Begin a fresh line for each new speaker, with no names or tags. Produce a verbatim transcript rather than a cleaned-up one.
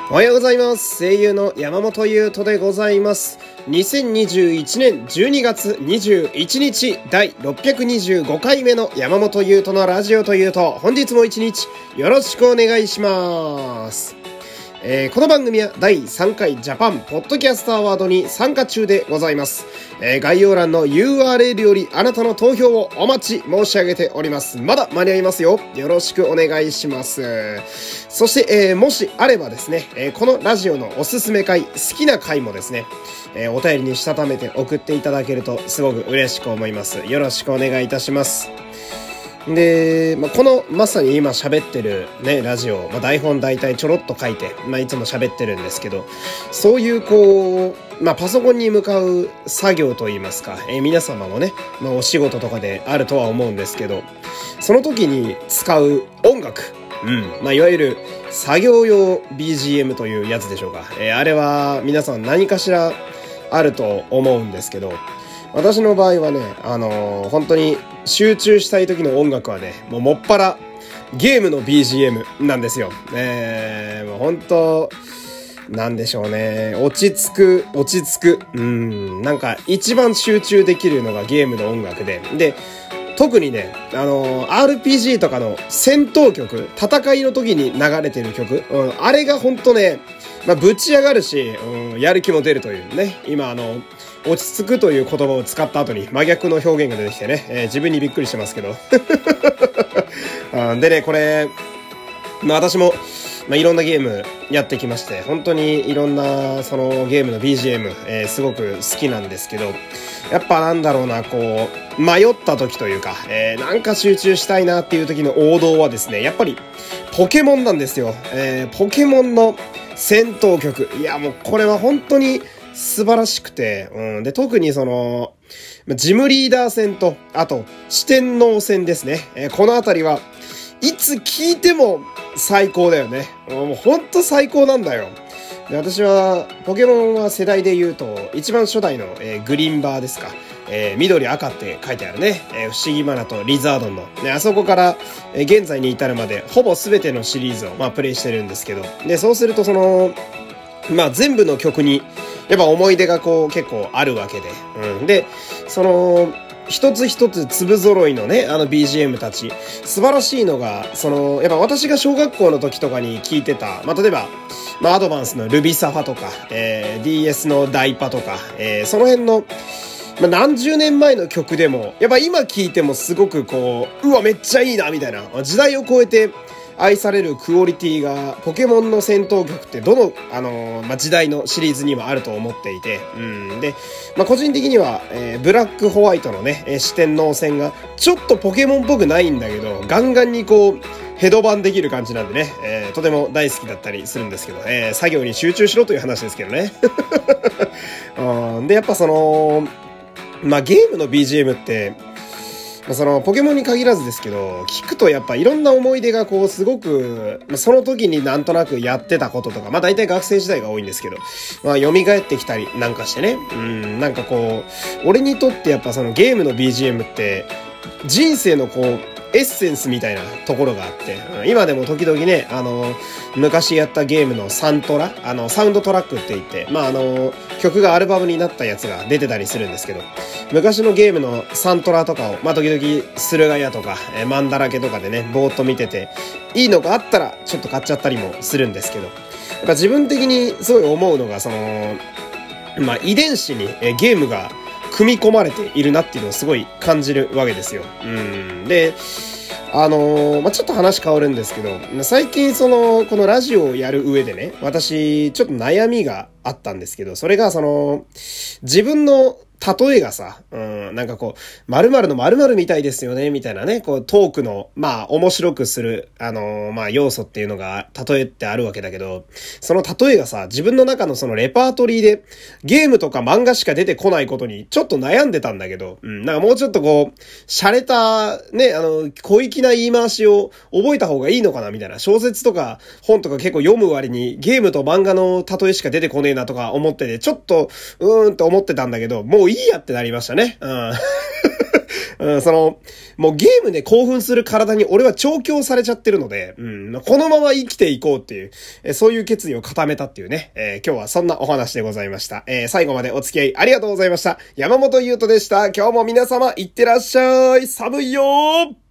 おはようございます。声優の山本優斗でございます。にせんにじゅういちねんじゅうにがつにじゅういちにちだいろっぴゃくにじゅうごかいめの山本優斗のラジオというと、本日も一日よろしくお願いします。えー、この番組はだいさんかいジャパンポッドキャストアワードに参加中でございます。えー、概要欄の ユーアールエル よりあなたの投票をお待ち申し上げております。まだ間に合いますよ。よろしくお願いします。そして、えー、もしあればですね、えー、このラジオのおすすめ回、好きな回もですね、えー、お便りにしたためて送っていただけるとすごく嬉しく思います。よろしくお願いいたします。で、まあ、このまさに今喋ってるね、ラジオ、まあ、台本大体ちょろっと書いて、まあ、いつも喋ってるんですけど、そういうこう、まあ、パソコンに向かう作業といいますか、えー、皆様もね、まあ、お仕事とかであるとは思うんですけど、その時に使う音楽、うん、まあ、いわゆる作業用 ビージーエム というやつでしょうか。えー、あれは皆さん何かしらあると思うんですけど、私の場合はね、あのー、本当に集中したい時の音楽はね、もうもっぱらゲームの ビージーエム なんですよ。えー、もう本当、なんでしょうね。落ち着く、落ち着く。うん、なんか一番集中できるのがゲームの音楽で。で、特にね、あのー、アールピージー とかの戦闘曲、戦いの時に流れてる曲、うん、あれが本当ね、まあ、ぶち上がるし、うん、やる気も出るというね、今あの、落ち着くという言葉を使った後に真逆の表現が出てきてね、えー、自分にびっくりしてますけど。でね、これ、まあ私も、まあ、いろんなゲームやってきまして、本当にいろんなそのゲームの ビージーエム、えー、すごく好きなんですけど、やっぱなんだろうな、こう、迷った時というか、えー、なんか集中したいなっていう時の王道はですね、やっぱりポケモンなんですよ。えー、ポケモンの戦闘曲。いや、もうこれは本当に素晴らしくて、うん。で、特にその、ジムリーダー戦と、あと、四天王戦ですね。えー、このあたりは、いつ聞いても最高だよね。もうほんと最高なんだよ。で、私は、ポケモンは世代で言うと、一番初代の、えー、グリーンバーですか。えー、緑赤って書いてあるね。えー、不思議マナとリザードンの。ね、あそこから、えー、現在に至るまで、ほぼ全てのシリーズを、まあ、プレイしてるんですけど。で、そうするとその、まあ、全部の曲に、やっぱ思い出がこう結構あるわけで。うん。で、その、一つ一つ粒揃いのね、あの ビージーエム たち。素晴らしいのが、その、やっぱ私が小学校の時とかに聞いてた、まあ、例えば、まあ、アドバンスのルビサファとか、えー、ディーエス のダイパとか、えー、その辺の、まあ、何十年前の曲でも、やっぱ今聞いてもすごくこう、うわ、めっちゃいいな、みたいな。時代を超えて、愛されるクオリティがポケモンの戦闘曲ってどの、あのー、まあ、時代のシリーズにもあると思っていて、うん。で、まあ、個人的には、えー、ブラックホワイトのね、えー、四天王戦がちょっとポケモンっぽくないんだけど、ガンガンにこう、ヘドバンできる感じなんでね、えー、とても大好きだったりするんですけど、えー、作業に集中しろという話ですけどね。うん、で、やっぱその、まあ、ゲームの ビージーエム って、そのポケモンに限らずですけど、聞くとやっぱいろんな思い出がこうすごく、その時になんとなくやってたこととか、まあ大体学生時代が多いんですけど、まあ蘇ってきたりなんかしてね、うん、なんかこう、俺にとってやっぱそのゲームの ビージーエム って人生のこう、エッセンスみたいなところがあって、今でも時々ね、あの、昔やったゲームのサントラ、あの、サウンドトラックって言って、まああの、曲がアルバムになったやつが出てたりするんですけど、昔のゲームのサントラとかを、まあ時々、駿河屋とか、えー、マンだらけとかでね、ぼーっと見てて、いいのがあったら、ちょっと買っちゃったりもするんですけど、やっぱ自分的にすごい思うのが、その、まあ遺伝子に、えー、ゲームが、組み込まれているなっていうのをすごい感じるわけですよ。うん。で、あのー、まあ、ちょっと話変わるんですけど、最近その、このラジオをやる上でね、私、ちょっと悩みがあったんですけど、それがその、自分の例えがさ、うん、なんかこう、〇〇の〇〇みたいですよね、みたいなね、こう、トークの、まあ、面白くする、あのー、まあ、要素っていうのが、例えってあるわけだけど、その例えがさ、自分の中のそのレパートリーで、ゲームとか漫画しか出てこないことに、ちょっと悩んでたんだけど、うん、なんかもうちょっとこう、洒落た、ね、あの、小粋な言い回しを覚えた方がいいのかな、みたいな。小説とか、本とか結構読む割に、ゲームと漫画の例えしか出てこねえなとか思ってて、ちょっと、うーんと思ってたんだけど、もういいやってなりましたね。うん。 うん、その、もうゲームで興奮する体に俺は調教されちゃってるので、うん、このまま生きていこうっていう、えー、そういう決意を固めたっていうね、えー、今日はそんなお話でございました。えー、最後までお付き合いありがとうございました。山本優斗でした。今日も皆様いってらっしゃい。寒いよー。